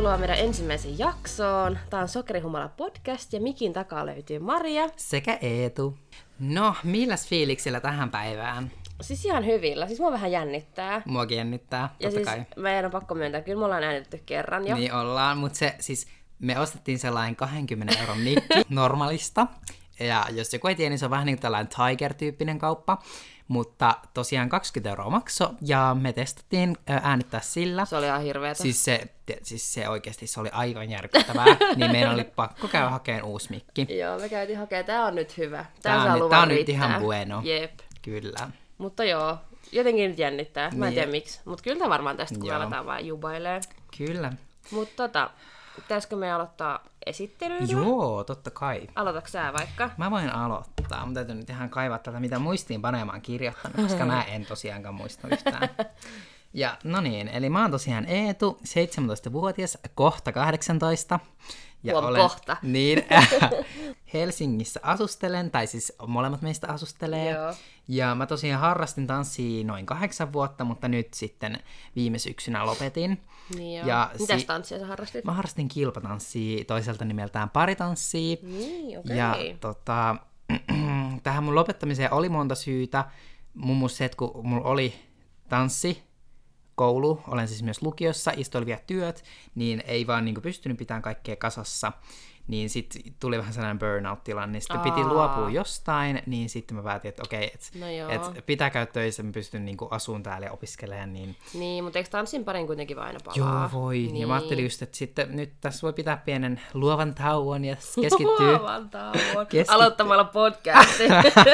Tervetuloa meidän ensimmäiseen jaksoon. Tää on Sokerihumala podcast ja mikin takaa löytyy Maria. Sekä Eetu. No, milläs fiiliksillä tähän päivään? Siis ihan hyvillä. Siis mua vähän jännittää. Muakin jännittää, totta ja siis kai. meidän on pakko myöntää, kyllä me ollaan äänitetty kerran jo. Niin ollaan, mutta me ostettiin sellainen 20 € mikki normaalista. Ja jos joku ei tiedä, niin se on vähän niin kuin tällainen Tiger-tyyppinen kauppa. Mutta tosiaan 20 € maksoi ja me testattiin äänittää sillä. Se oli ihan hirveetä. Siis se oikeasti se oli aivan järkyttävää, niin meidän oli pakko käydä hakemaan uusi mikki. Joo, me käytiin hakemaan. Tää on nyt hyvä. Tää on nyt ihan bueno. Jep. Kyllä. Mutta joo, jotenkin nyt jännittää. Mä en Niin. tiedä miksi. Mutta kyllä tää varmaan tästä, kun Joo. aletaan vaan jubailee. Kyllä. Mutta pitäisikö me aloittaa esittelyllä? Joo, totta kai. Aloitatko sä vaikka? Mä voin aloittaa. Mun täytyy nyt ihan kaivaa tätä, mitä muistiinpanemaan kirjoittanut, koska mä en tosiaankaan muista yhtään. Ja no niin, eli mä oon tosiaan Eetu, 17-vuotias, kohta 18. Ja kohta. Niin, Helsingissä asustelen, tai siis molemmat meistä asustelee. Joo. Ja mä tosiaan harrastin tanssia noin 8 vuotta, mutta nyt sitten viime syksynä lopetin. Niin joo. Ja Mitäs tanssia sä harrastit? Mä harrastin kilpatanssia, toiselta nimeltään paritanssia. Niin, okei. Ja tähän mun lopettamiseen oli monta syytä. Muun muassa se, että kun mulla oli tanssikoulu, olen siis myös lukiossa, ja oli vielä työt, niin ei vaan niin kuin pystynyt pitämään kaikkea kasassa. Niin sitten tuli vähän sellainen burnout-tilanne, niin sitten piti luopua jostain, niin sitten mä päätin, että okei, että pitää käydä töissä, mä pystyn niinku asuun täällä ja opiskelemaan. Niin, mutta eikö tanssin parin kuitenkin aina palaa? Joo, voi. Niin. Ja mä ajattelin just, että sitten nyt tässä voi pitää pienen luovan tauon ja keskittyy. Luovan tauon. Aloittamalla podcastin.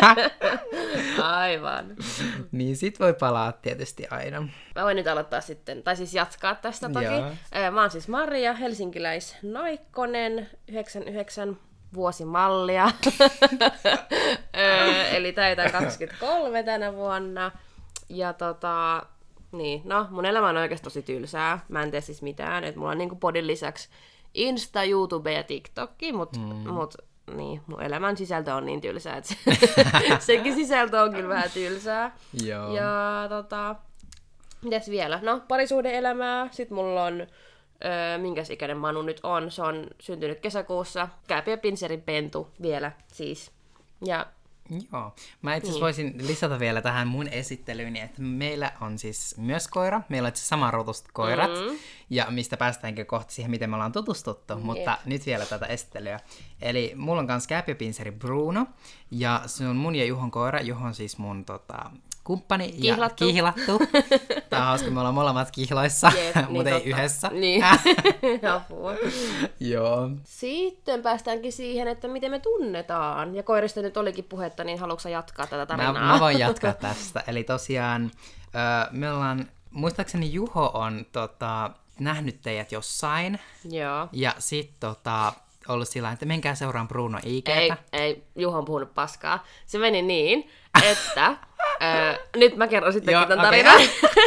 Aivan. Niin sit voi palaa tietysti aina. Mä voin nyt aloittaa sitten, tai siis jatkaa tästä toki. Joo. Mä oon siis Maria, helsinkiläisnaikkonen, 99 vuosimallia. Eli täytän 23 tänä vuonna. Ja niin, no mun elämä on oikeasti tosi tylsää. Mä en tee siis mitään. Et mulla on niinku podin lisäksi Insta, YouTube ja TikTokki, mut niin, mun elämän sisältö on niin tylsää, että sekin sisältö on kyllä vähän tylsää. Joo. Ja mitäs vielä? No, parisuhde-elämää. Sitten mulla on, minkäs ikäinen Manu nyt on. Se on syntynyt kesäkuussa. Kääpi ja pinserin pentu vielä siis. Ja Joo. Mä itse asiassa voisin lisätä vielä tähän mun esittelyyni, että meillä on siis myös koira. Meillä on itse samanrotuiset koirat, ja mistä päästäänkin kohta siihen, miten me ollaan tutustuttu. Mutta nyt vielä tätä esittelyä. Eli mulla on kanssa kääpiöpinseri Bruno, ja se on mun ja Juhon koira. Juho on siis mun kumppani ja kihlattu. Tää on hauska, me ollaan molemmat kihloissa, mutta ei yhdessä. Niin, apua. Joo. Sitten päästäänkin siihen, että miten me tunnetaan. Ja koirista nyt olikin puhetta, niin haluatko sä jatkaa tätä tarinaa? Mä voin jatkaa tästä. Eli tosiaan me ollaan, muistaakseni Juho on nähnyt teidät jossain. Joo. Ja sit ollut sillä että menkää seuraan Bruno IG:tä. Ei, Juho on puhunut paskaa. Se meni niin, että nyt mä kerron sittenkin tämän tarinan.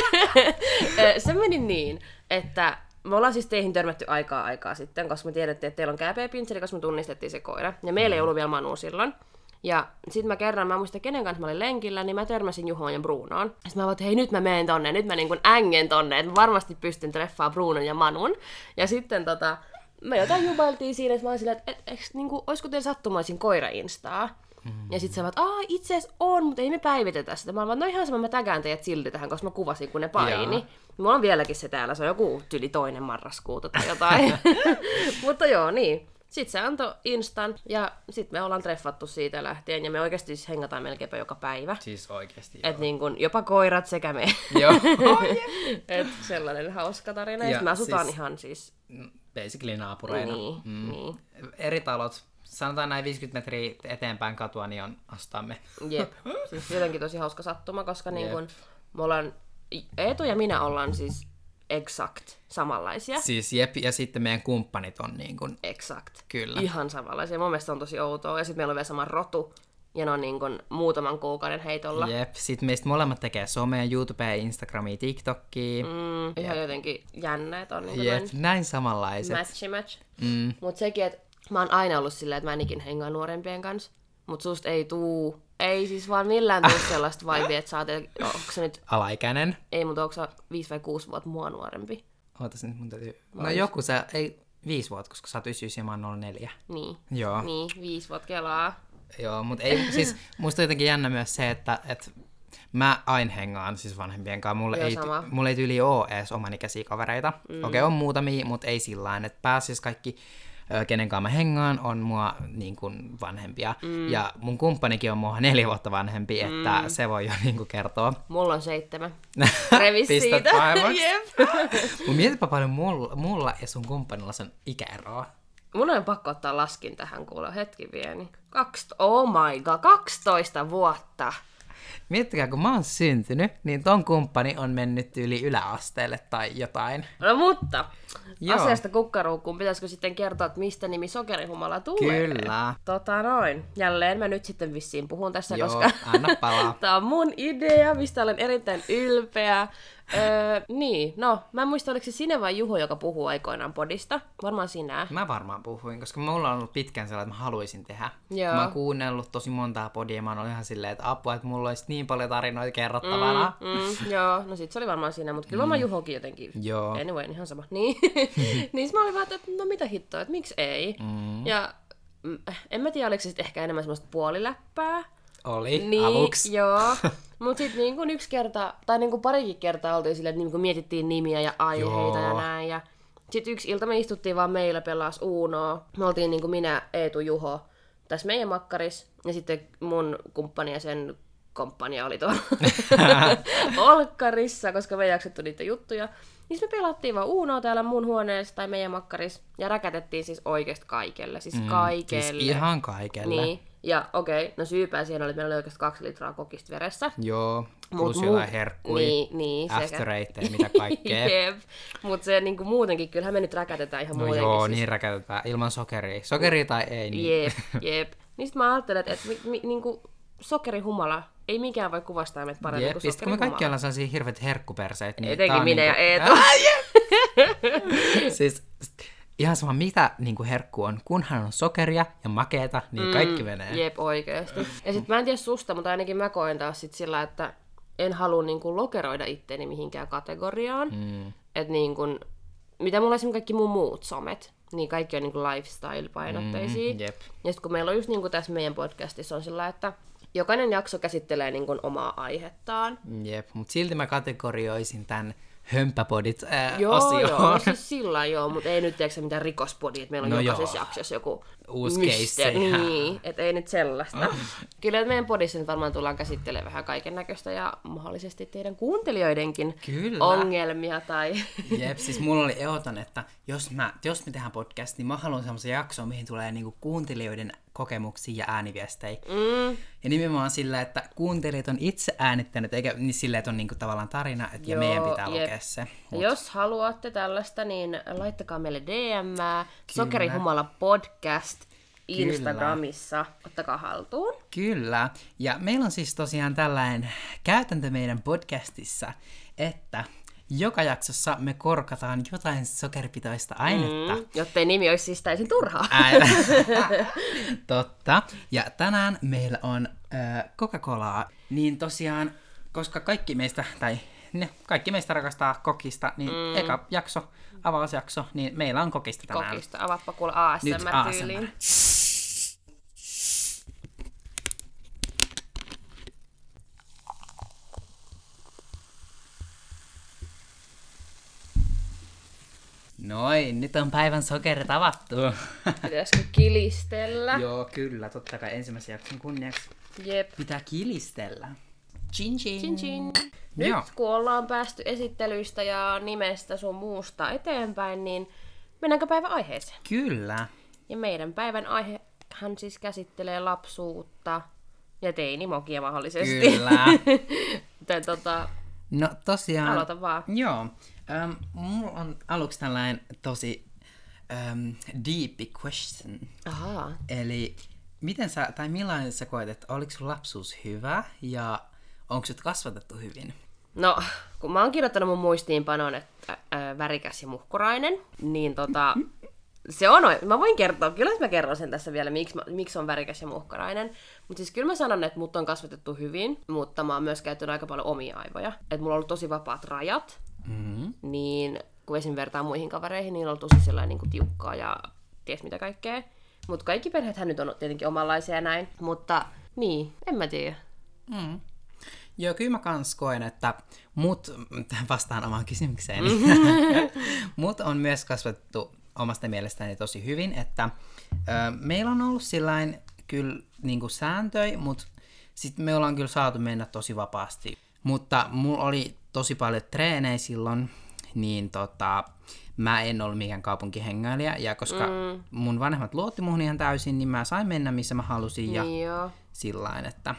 Se meni niin, että me ollaan siis teihin törmätty aikaa sitten, koska me tiedettiin, että teillä on kääpiöpinseri, koska me tunnistettiin se koira. Ja meillä ei ollut vielä Manu silloin. Ja sit mä muistan kenen kanssa mä olin lenkillä, niin mä törmäsin Juhoon ja Brunoon. Sitten mä voin, että hei nyt mä menen tonne, nyt mä niin kuin ängen tonne, että mä varmasti pystyn treffaamaan Brunon ja Manun. Ja sitten me jotain jubailtiin siinä, että mä olin silleen, että niinku, olisiko teillä sattumaisin koira-instaa? Ja sit sä vaat, itse asiassa on, mutta ei me päivitetä sitä. Mä olin, no ihan sama, mä tägään teidät silti tähän, koska mä kuvasin, kun ne paini. Mulla on vieläkin se täällä, se on joku yli 2. marraskuuta tai jotain. Mutta joo, niin. Sitten se antoi instan, ja sitten me ollaan treffattu siitä lähtien, ja me oikeasti siis hengataan melkeinpä joka päivä. Siis oikeesti joo. Et niin kun, jopa koirat sekä me. Joo. Et sellainen hauska tarina, ja me asutaan siis, ihan siis basically naapureina. Niin. Eri talot. Sanotaan näin 50 metriä eteenpäin katua, niin on astamme. Jep. Siis jotenkin tosi hauska sattuma, koska niin kun, me ollaan, Eetu ja minä ollaan siis exact samanlaisia. Siis jep, ja sitten meidän kumppanit on niin kuin Exact. Kyllä. Ihan samanlaisia. Mun mielestä on tosi outoa. Ja sitten meillä on vielä sama rotu. Ja ne on niin kuin muutaman kuukauden heitolla. Jep, sitten meistä molemmat tekee somea, YouTubea, Instagramia, TikTokia. Ihan jotenkin jännä, että on niin jep, näin samanlaiset. Match. Mut sekin, että mä oon aina ollut silleen, että mä en ikin hengaa nuorempien kanssa. Mut susta ei siis vaan millään tuu sellaista vibea, että sä oot, onko se nyt Alaikäinen. Ei, mutta onko sä 5 vai 6 vuotta mua nuorempi? Ootas nyt, mun täytyy... No joku se, ei 5 vuotta, koska sä oot 99 ja mä oon 04. Niin. Joo. Niin, 5 vuotta kelaa. Joo, mutta ei, siis musta on jotenkin jännä myös se, että mä aina hengaan siis vanhempien kanssa. Mulla ei tyyli oo edes omanikäisiä kavereita. Okei, on muutamia, mutta ei sillain. Että pääsis kaikki, kenen kanssa mä hengaan, on mua niin kuin vanhempia. Ja mun kumppanikin on mua 4 vuotta vanhempi, että se voi jo niin kuin kertoa. Mulla on 7. Revis Pistät siitä. pahemmaksi. Jep. Mun mietipä paljon mulla ja sun kumppanilla on ikäeroa. Mun on pakko ottaa laskin tähän, kuule hetki pieni. Oh my god, 12 vuotta. Miettikää, kun mä oon syntynyt, niin ton kumppani on mennyt yli yläasteelle tai jotain. No mutta, Joo. asiasta kukkaruukkuun, pitäisikö sitten kertoa, että mistä nimi sokerihumala tulee? Kyllä. Jälleen mä nyt sitten vissiin puhun tässä, Joo, koska anna palaa. tää on mun idea, mistä olen erittäin ylpeä. Niin, no, mä en muista, oliko se sinä vai Juho, joka puhuu aikoinaan podista. Varmaan sinä. Mä varmaan puhuin, koska mulla on ollut pitkään sellainen, että mä haluaisin tehdä. Joo. Mä oon kuunnellut tosi montaa podia ja mä oon ollut ihan silleen, että apua, että mulla olisi niin paljon tarinoita kerrottavana. Joo, no sit se oli varmaan siinä, mutta kyllä varmaan Juhokin jotenkin. Joo. Anyway, ihan sama. Niin, niin mä olin vaan, että no mitä hittoa, että miksi ei. Ja en mä tiedä, oliko se sitten ehkä enemmän semmoista puoliläppää. Oli, Niin, aluksi. joo. Mut sit niinku yksi kerta, tai niinku parikin kertaa oltiin silleen, että niinku mietittiin nimiä ja aiheita ja näin. Ja sit yksi ilta me istuttiin vaan meillä pelas Unoa. Me oltiin niinku minä, Eetu, Juho tässä meidän makkaris. Ja sitten mun kumppani ja sen komppania oli tuolla olkkarissa, koska me ei jaksettu niitä juttuja. Niin me pelattiin vaan Unoa täällä mun huoneessa tai meidän makkaris. Ja räkätettiin siis oikeesti kaikelle. Siis kaikelle. Siis ihan kaikelle. Niin. Ja okei, no syypää siihen oli, että meillä oli oikeasti 2 litraa kokista veressä. Joo, plus jotain herkkui, after-eight, mitä kaikkea. Jep, mutta se niinku muutenkin, kyllähän me nyt räkätetään ihan muutenkin. Joo, siis. niin räkätetään, ilman sokeria. Sokeria tai ei, niin. Jep. Niin sit mä ajattelen, että niinku sokerihumala, ei mikään voi kuvastaa meitä paremmin kuin sokerihumala. sokerihumala. Me kaikki ollaan sellaisia hirveät herkkuperseet. Niin etenkin minä niinku... ja Eetu. Siis ihan sama mitä niin herkku on, kunhan on sokeria ja makeeta, niin kaikki menee. Jep, oikeesti. Ja sit mä en tiedä susta, mutta ainakin mä koen taas sit sillä, että en halua niinku lokeroida itteeni mihinkään kategoriaan. Että niinku, mitä mulla esimerkiksi kaikki mun muut somet, niin kaikki on niinku lifestyle-painotteisia. Ja sit kun meillä on just niinku tässä meidän podcastissa on sillä, että jokainen jakso käsittelee niinku omaa aihettaan. Jep, mutta silti mä kategorioisin tän hömppäpodit osioon. Joo, no siis sillä joo, mutta ei nyt tiedätkö mitään rikospodia, että meillä on jokaisessa jaksossa joku uusi keissi. Niin, että ei nyt sellaista. Kyllä että meidän podissa nyt varmaan tullaan käsittelemään vähän kaiken näköistä ja mahdollisesti teidän kuuntelijoidenkin ongelmia tai... Jep, siis mulla oli eoton, että jos me tehdään podcast, niin mä haluan semmoisen jakson, mihin tulee niinku kuuntelijoiden kokemuksia ja ääniviestejä. Ja nimenomaan sillä, että kuuntelijat on itse äänittänyt, eikä niin sillä, että on niinku tavallaan tarina, ja meidän pitää lukea se. Jos haluatte tällaista, niin laittakaa meille DM:ää, Sokerihumala podcast Instagramissa. Ottakaa haltuun. Kyllä. Ja meillä on siis tosiaan tällainen käytäntö meidän podcastissa, että joka jaksossa me korkataan jotain sokeripitoista ainetta. Jottei nimi olisi siis täysin turhaa. Totta. Ja tänään meillä on Coca-Colaa. Niin tosiaan, koska kaikki meistä rakastaa kokista, niin eka jakso, avausjakso, niin meillä on kokista tänään. Kokista. Avaappa kuule ASMR-tyyliin. Noin, nyt on päivän sokerit avattu. Pitäisikö kilistellä? Joo, kyllä, totta kai ensimmäisen jakson kunniaksi. Jep. Pitää kilistellä. Chin chin. Chin chin. Nyt Joo. kun ollaan päästy esittelyistä ja nimestä sun muusta eteenpäin, niin mennäänkö päivän aiheeseen? Kyllä. Ja meidän päivän aihehan siis käsittelee lapsuutta ja teinimokia mahdollisesti. Kyllä. Joten No tosiaan. aloita vaan. Joo. Mulla on aluksi tällainen tosi deep question. Ahaa. Eli millainen sä koet, että oliko sun lapsuus hyvä ja onko sut kasvatettu hyvin? No, kun mä oon kirjoittanut mun muistiinpanon, että värikäs ja muhkurainen, niin se on, mä voin kertoa, kyllä mä kerron sen tässä vielä, miksi on värikäs ja muhkarainen. Mutta siis kyllä mä sanon, että mut on kasvatettu hyvin, mutta mä oon myös käyttänyt aika paljon omia aivoja. Että mulla on ollut tosi vapaat rajat. Niin kun esim. Vertaa muihin kavereihin, niin on tosi sellainen niin kuin tiukkaa ja ties mitä kaikkea. Mutta kaikki perheethän nyt on tietenkin omanlaisia ja näin. Mutta niin, en mä tiedä. Joo, kyllä mä kans koen, että vastaan omaan kysymykseen, mut on myös kasvatettu omasta mielestäni tosi hyvin, että meillä on ollut sillain kyllä niinku sääntöjä, mutta sitten me ollaan kyllä saatu mennä tosi vapaasti. Mutta mulla oli tosi paljon treenejä silloin, niin mä en ollut mikään kaupunkihengäilijä, ja koska mun vanhemmat luotti muhun ihan täysin, niin mä sain mennä missä mä halusin, ja sillain, että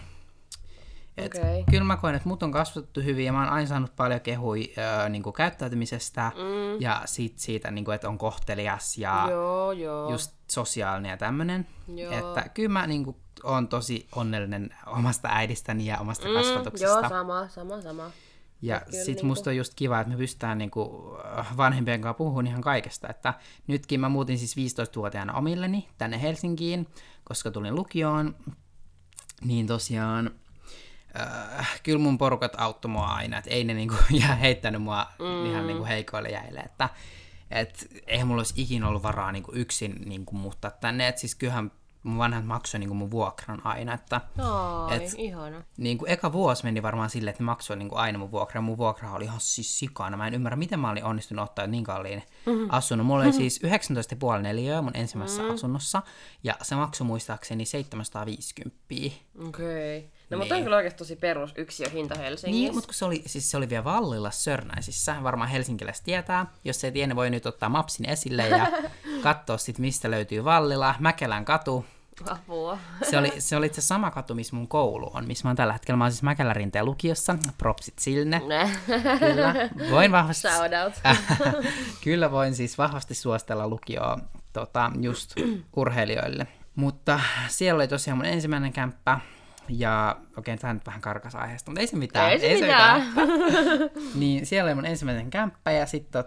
kyllä mä koen, että mut on kasvatettu hyvin, ja mä oon aina saanut paljon kehuja niinku käyttäytymisestä, ja siitä, niinku, että on kohtelias, ja just sosiaalinen ja tämmönen. Että kyllä mä niinku oon tosi onnellinen omasta äidistäni ja omasta kasvatuksesta. Joo, sama. Ja sit musta on just kiva, että me pystytään niinku vanhempien kanssa puhumaan ihan kaikesta. Että nytkin mä muutin siis 15-vuotiaana omilleni tänne Helsinkiin, koska tulin lukioon. Niin tosiaan, kyllä mun porukat auttoi mua aina, että ei ne niinku heittänyt mua ihan niinku heikoille jäille. Että eihän mulla olisi ikinä ollut varaa niinku yksin niinku muuttaa tänne. Että siis kyllähän mun vanhat maksoi niinku mun vuokran aina. Että, ihana. Niinku eka vuosi meni varmaan silleen, että ne maksoi niinku aina mun vuokran. Mun vuokra oli ihan siis sikana. Mä en ymmärrä, miten mä olin onnistunut ottaa niin kalliin asunnon. Mulla oli siis 19,5 neliöä mun ensimmäisessä asunnossa. Ja se maksoi muistaakseni 750. Okei. No mutta on kyllä oikeasti tosi perus yksiöhinta Helsingissä. Niin, mutta se oli vielä Vallilla Sörnäisissä. Varmaan helsinkiläiset tietää. Jos ei tiedä, voi nyt ottaa mapsin esille ja katsoa sit, mistä löytyy Vallila. Mäkelän katu. Apua. Se oli se sama katu, missä mun koulu on, missä mä oon tällä hetkellä. Mä oon siis Mäkelärinteen lukiossa. Propsit sinne. Kyllä, voin vahvasti... Shout out. Kyllä voin siis vahvasti suostella lukioa just urheilijoille. Mutta siellä oli tosiaan mun ensimmäinen kämppä. Ja okei, tämä nyt vähän karkas aiheesta, mutta ei se mitään. Ei se mitään. Niin siellä oli mun ensimmäinen kämppä ja sitten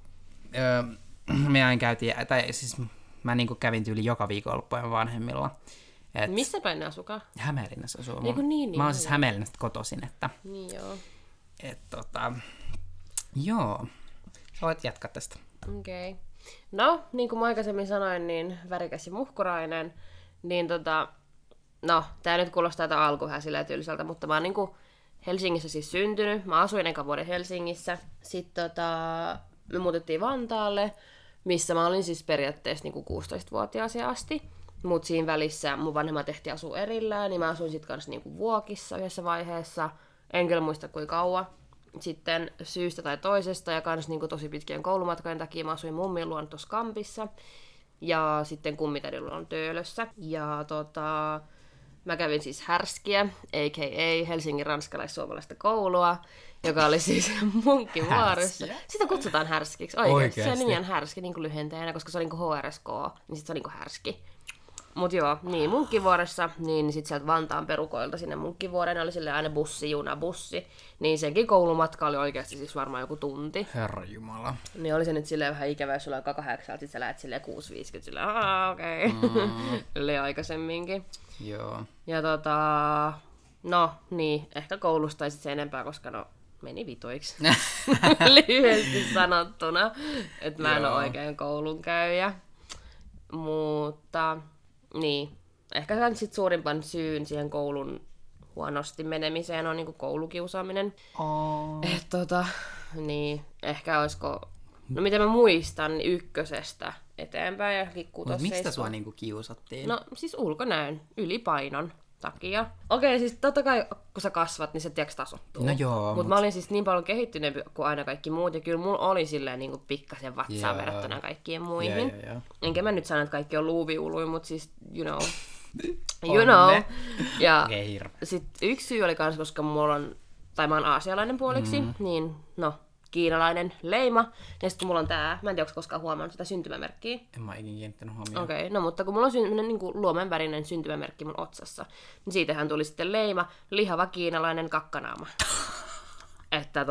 me aina käytiin, tai siis mä niinku kävin tyyli joka viikonloppujen vanhemmilla. Missä päin ne asukaan? Hämeenlinnassa asuu. Niin, mä oon siis Hämeenlinnasta kotoisin, että... Niin joo. Joo. Sä voit jatkaa tästä. Okei. No, niin kuin mä aikaisemmin sanoin, niin värikäs ja muhkurainen, niin no, tää nyt kuulostaa tätä alku vähän silleen tylsältä, mutta mä oon niinku Helsingissä siis syntynyt. Mä asuin eka vuoden Helsingissä. Sitten me muutettiin Vantaalle, missä mä olin siis periaatteessa niinku 16-vuotiaasi asti. Mut siinä välissä mun vanhemmat ehti asua erillään, niin mä asuin sit kanssa niinku Vuokissa yhdessä vaiheessa. En kyllä muista kuinka kauan. Sitten syystä tai toisesta ja kans niinku tosi pitkien koulumatkojen takia mä asuin mummin luona tuossa Kampissa. Ja sitten kummitädillä on Töölössä. Ja mä kävin siis Härskiä, a.k.a. Helsingin ranskalais-suomalaista koulua, joka oli siis Munkkivuoressa. Sitä kutsutaan Härskiksi, oikeasti. Se nimi on Härski niin kuin lyhenteenä, koska se on niin kuin HRSK, niin sit se on niin kuin Härski. Mut joo, niin Munkkivuoressa, niin sit sieltä Vantaan perukoilta sinne Munkkivuoreen oli silleen aina bussi, juna, bussi. Niin senkin koulumatka oli oikeasti siis varmaan joku tunti. Herranjumala. Niin oli se nyt silleen vähän ikävä, jos sulla on 8, sit sä lähet silleen 6.50, silleen okei. Ylleen aikaisemminkin. Joo. Ja no niin, ehkä koulusta ei sit se enempää, koska no meni vituiksi. Lyhyesti sanottuna, että mä en ole oikein koulun käyjä. Mutta niin, ehkä sen sit suurimpan syyn siihen koulun huonosti menemiseen on niinku koulukiusaaminen. Niin, ehkä olisiko, no mitä mä muistan, niin ykkösestä eteenpäin ja kutosseista. Mistä sua niinku kiusattiin? No siis ulkonäön, ylipainon takia. Okei, siis totta kai kun sä kasvat, niin se tiiäks tasottuu. No joo. Mut mä olin siis niin paljon kehittyneempi kuin aina kaikki muut, ja kyllä mulla oli silleen niinku pikkasen vatsaa verrattuna kaikkien muihin. Joo. Enkä mä nyt sano, että kaikki on luuviuluin, mut siis, you know. Ja sit yksi syy oli kans, koska mulla on, tai mä oon aasialainen puoliksi, niin no, kiinalainen leima. Ja sit kun mulla on tää, mä en tiedä, onko koskaan huomannut sitä syntymämerkkiä. En mä ikinä kiinnittänyt huomioon. Okei, no mutta kun mulla on sellainen niin luomenvärinen syntymämerkki mun otsassa, niin siitähän tuli sitten leima, lihava kiinalainen kakkanaama. Että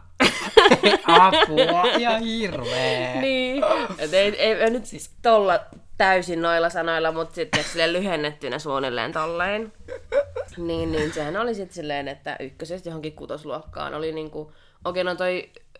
Apua, ihan hirveä. Niin, et ei nyt siis tolla täysin noilla sanoilla, mutta sitten silleen lyhennettynä suunnilleen tolleen. Niin sehän oli sitten silleen, että ykkösestä johonkin kutosluokkaan oli niinku, okei, no toi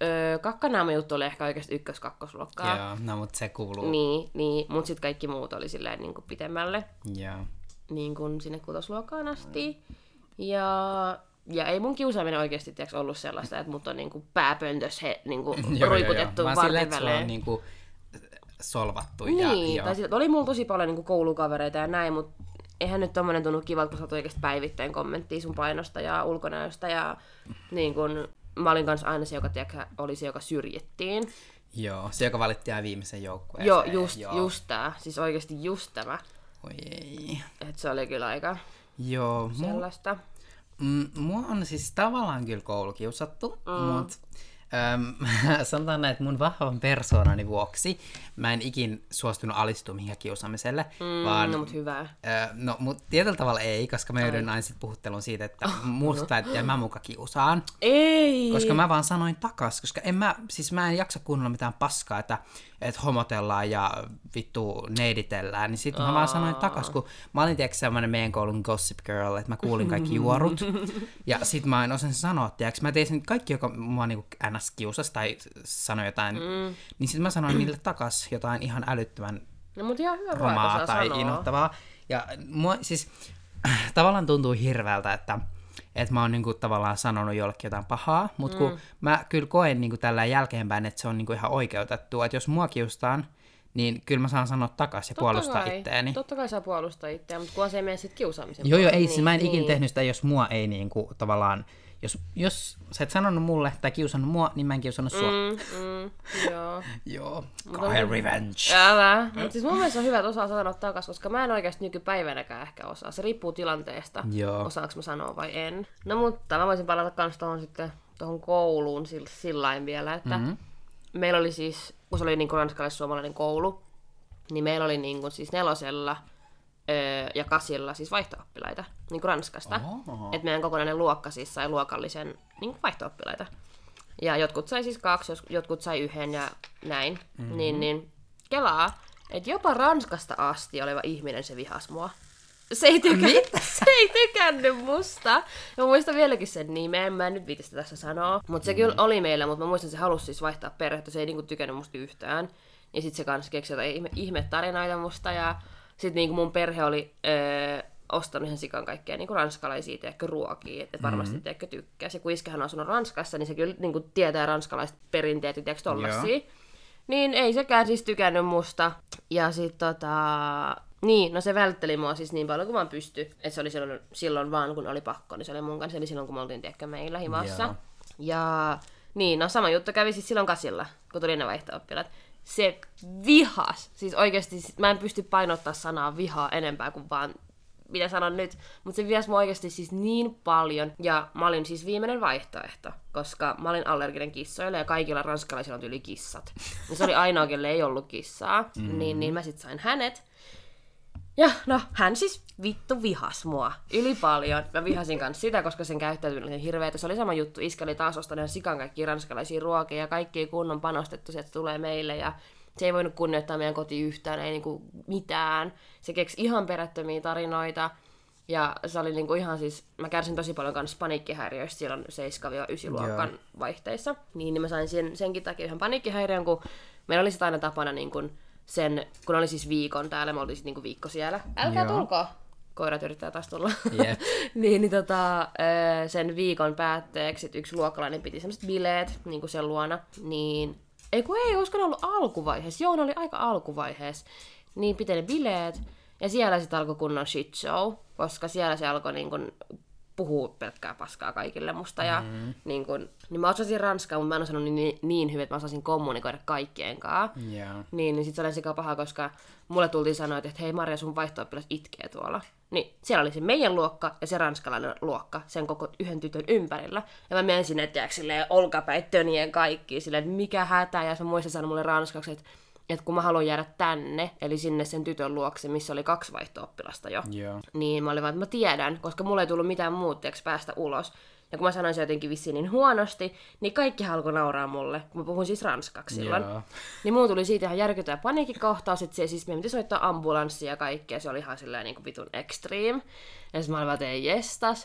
kakkanaama-juttu oli ehkä oikeasti ykkös-kakkosluokkaa. Joo, no mut se kuuluu. Niin, mut sit kaikki muut oli silleen niin kuin pitemmälle. Joo. Niin kuin sinne kutosluokkaan asti. Ja ei mun kiusaaminen oikeasti ollut sellaista, että mut on niinku pääpöntös niinku ruikutettu vartin väleen. On niinku solvattu. Niin, tai oli mulla tosi paljon niinku koulukavereita ja näin, mutta eihän nyt tommonen tunnu kivalta, kun sä oot oikeasti päivittäin kommenttia sun painosta ja ulkonäöstä. Ja niin kun, mä olin kanssa aina se, oli se, joka syrjittiin. Joo, se, joka valittiin viimeisen joukkueeseen. Joo, just tää. Siis oikeasti just tämä. Oi ei. Et se oli kyllä aika sellaista. Mua on siis tavallaan kyllä koulukiusattu, mutta sanotaan näin, että mun vahvan persoonani vuoksi mä en ikin suostunut alistumaan mihinkään kiusaamiselle, vaan... No mut hyvä. No mut tietyllä tavalla ei, koska mä joudun aina sit puhutteluun siitä, että musta, että mä muka kiusaan. Ei! Koska mä vaan sanoin takas, koska mä en jaksa kuunnella mitään paskaa, että homotellaan ja vittu neiditellään, niin sit mä vaan sanoin takas, kun mä olin tiedätkö semmonen meidän koulun gossip girl, että mä kuulin kaikki juorut, ja sit mä en osasin sanoa, tiedätkö, mä tein sen kaikki, joka mua niinku ns. Kiusasi tai sanoi jotain, niin sit mä sanoin niille takas jotain ihan älyttömän romaa tai inhottavaa. Ja mua siis tavallaan tuntuu hirveältä, että mä oon niinku tavallaan sanonut jollekin jotain pahaa, mutta kun mä kyllä koen niinku tällä jälkeenpäin, että se on niinku ihan oikeutettua, että jos mua kiustaan, niin kyllä mä saan sanoa takas ja puolustaa itteeni. Totta kai saa puolustaa itseään, mutta kun se ei mene sitten kiusaamisen. Joo, ei, niin, mä en ikin tehnyt sitä, jos mua ei niinku tavallaan, jos sä et sanonut mulle tai kiusannut mua, niin mä en kiusannut sua. Joo. Kauhean revenge. Älä. Mutta siis mun mielestä on hyvä, että osaa sanoa takas, koska mä en oikeasti nykypäivänäkään ehkä osaa. Se riippuu tilanteesta, osaanko mä sanoa vai en. No mutta mä voisin palata kans tuohon kouluun sillain vielä, että meillä oli siis, kun se oli niin ranskalais-suomalainen koulu, niin meillä oli niin kuin siis 4. ja 8. siis vaihto-oppilaita niin kuin Ranskasta. Että meidän kokonainen luokka siis sai luokallisen niin kuin vaihto-oppilaita. Ja jotkut sai siis 2, jotkut sai 1 ja näin. Niin kelaa, että jopa Ranskasta asti oleva ihminen se vihas mua. Se ei tykännyt musta. Mä muistan vieläkin sen nimen, mä en nyt viitistä tässä sanoa. Mutta se kyllä oli meillä, mutta mä muistan, että se halusi siis vaihtaa perhettä, se ei niinku tykännyt musta yhtään. Ja sit se kans keksi jotain ihmetarinoita musta ja sit niinku mun perhe oli ostanut ihan sikan kaikkea niinku ranskalaisia ruokia, että varmasti tykkää. Se kun iskähän on asunut Ranskassa, niin se kyllä niinku tietää ranskalaiset perinteet ja tollasia. Niin ei sekään siis tykännyt musta. Ja sit niin, no se vältteli mua siis niin paljon kuin vaan pystyi. Että se oli silloin vaan, kun oli pakko, niin se oli mun kanssa. Eli silloin, kun me oltiin meillä himassa. Ja niin, no sama juttu kävi siis silloin 8, kun tuli ne vaihto-oppilaat. Se vihas. Siis oikeesti, mä en pysty painottaa sanaa vihaa enempää kuin vaan mitä sanon nyt. Mutta se vihas mua oikeesti siis niin paljon. Ja mä olin siis viimeinen vaihtoehto, koska mä olin allerginen kissoille ja kaikilla ranskalaisilla on tyyli kissat. Ja se oli ainoa, kelle ei ollut kissaa. Niin mä sit sain hänet. Ja no, hän siis vittu vihas mua yli paljon. Mä vihasin kanssa sitä, koska sen käyttäytyminen oli hirveetä. Se oli sama juttu. Iskä oli taas ostanut sikan kaikkia ranskalaisia ruokia ja kaikki kunnon panostettu, että se tulee meille. Ja se ei voinut kunnioittaa meidän kotiin yhtään, ei niinku mitään. Se keksi ihan perättömiä tarinoita. Ja se oli niinku ihan siis, mä kärsin tosi paljon kanssa paniikkihäiriöistä silloin 7-9-luokan vaihteissa. Niin mä sain senkin takia yhden paniikkihäiriön, kun meillä oli sitä aina tapana niinku kun oli siis viikon täällä, me oltiin sitten niinku viikko siellä. Älkää tulko! Koirat yrittää taas tulla. Yep. Sen viikon päätteeksi yksi luokkalainen piti semmoset bileet niinku sen luona. Niin, ei olisiko ne ollut alkuvaiheessa? Joo, ne oli aika alkuvaiheessa. Niin piti ne bileet. Ja siellä sitten alkoi kunnon shit show, koska siellä se alkoi niinku puhuu pelkkää paskaa kaikille musta. Ja niin mä osasin ranskaa, mutta mä en osannut niin hyvin, että mä osasin kommunikoida kaikkien kanssa. Niin sit se oli sika paha, koska mulle tultiin sanoa, että hei Maria, sun vaihto-oppilas itkee tuolla. Niin siellä oli se meidän luokka ja se ranskalainen luokka sen koko yhden tytön ympärillä. Ja mä menen sinne, tiedätkö, silleen olkapäin tönien kaikki, silleen, että mikä hätä. Ja se muista sanoi mulle ranskaksi, että kun mä haluan jäädä tänne, eli sinne sen tytön luokse, missä oli 2 vaihto-oppilasta jo, niin mä olin vaan, että mä tiedän, koska mulle ei tullut mitään muuta päästä ulos. Ja kun mä sanoin se jotenkin vissiin niin huonosti, niin kaikki alkoi nauraa mulle, kun mä puhun siis ranskaksi silloin. Niin mulla tuli siitä ihan järkyttävä paniikkikohtaus, että siis meidän piti soittaa ambulanssia ja kaikkea, se oli ihan silleen niin kuin vitun extreme. Ja sitten mä olin vaan, että ei jestas.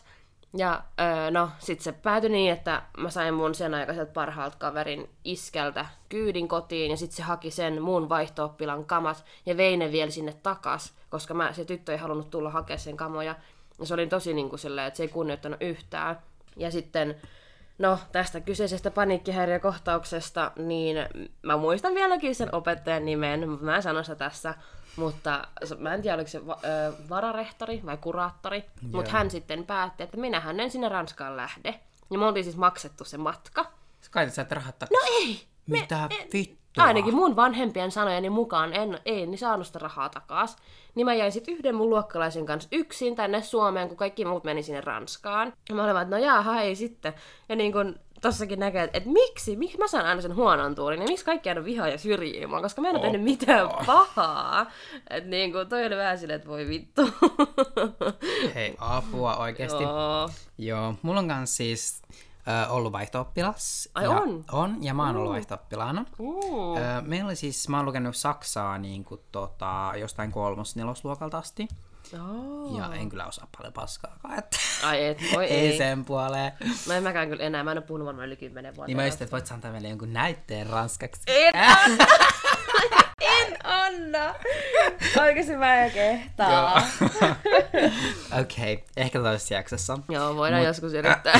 Ja no, sit se päätyi niin, että mä sain mun sen aikaiselta parhaalta kaverin iskältä kyydin kotiin, ja sit se haki sen mun vaihto-oppilaan kamat, ja vei ne vielä sinne takas, koska se tyttö ei halunnut tulla hakemaan sen kamoja. Ja se oli tosi niin kuin silleen, että se ei kunnioittanut yhtään. Ja sitten, no, tästä kyseisestä paniikkihäiriökohtauksesta, niin mä muistan vieläkin sen opettajan nimen, mä en sano sitä tässä, mutta mä en tiedä, oliko se vararehtori vai kuraattori, mutta hän sitten päätti, että minähän en sinne Ranskaan lähde. Ja me oltiin siis maksettu se matka. Kai sä et rahat No ei! Mitä vittua? Ainakin mun vanhempien sanojeni mukaan en saanut sitä rahaa takas. Niin mä jäin sitten yhden mun luokkalaisen kanssa yksin tänne Suomeen, kun kaikki muut meni sinne Ranskaan. Ja mä olin vaan, että no jaaha, ei sitten. Ja niin kun tossakin näkee, että miksi mä saan aina sen huonon tuulin, ja miksi kaikki aina vihaa ja syrjii mua, koska mä en ole tehnyt mitään pahaa. Että niin kun toi oli vähän silleen, että voi vittu. Hei, apua oikeesti. Joo, mulla on kans siis ollut vaihto-oppilas. Ai on? On, ja mä oon ollut vaihto-oppilaana. Meillä oli siis, mä oon lukenut saksaa niin kuin, jostain 3-4-luokalta asti. Ja en kyllä osaa paljon paskaakaan, että ai et, voi ei sen puoleen. No en mäkään kyllä enää, mä en ole puhunut varmaan yli 10 vuotta. Niin mä just, että voit antaa meille jonkun näytteen ranskaksi. En anna! En anna! Oikeesti mä en kehtaa. Okei, ehkä toisessa jaksossa. Joo, voidaan joskus yrittää.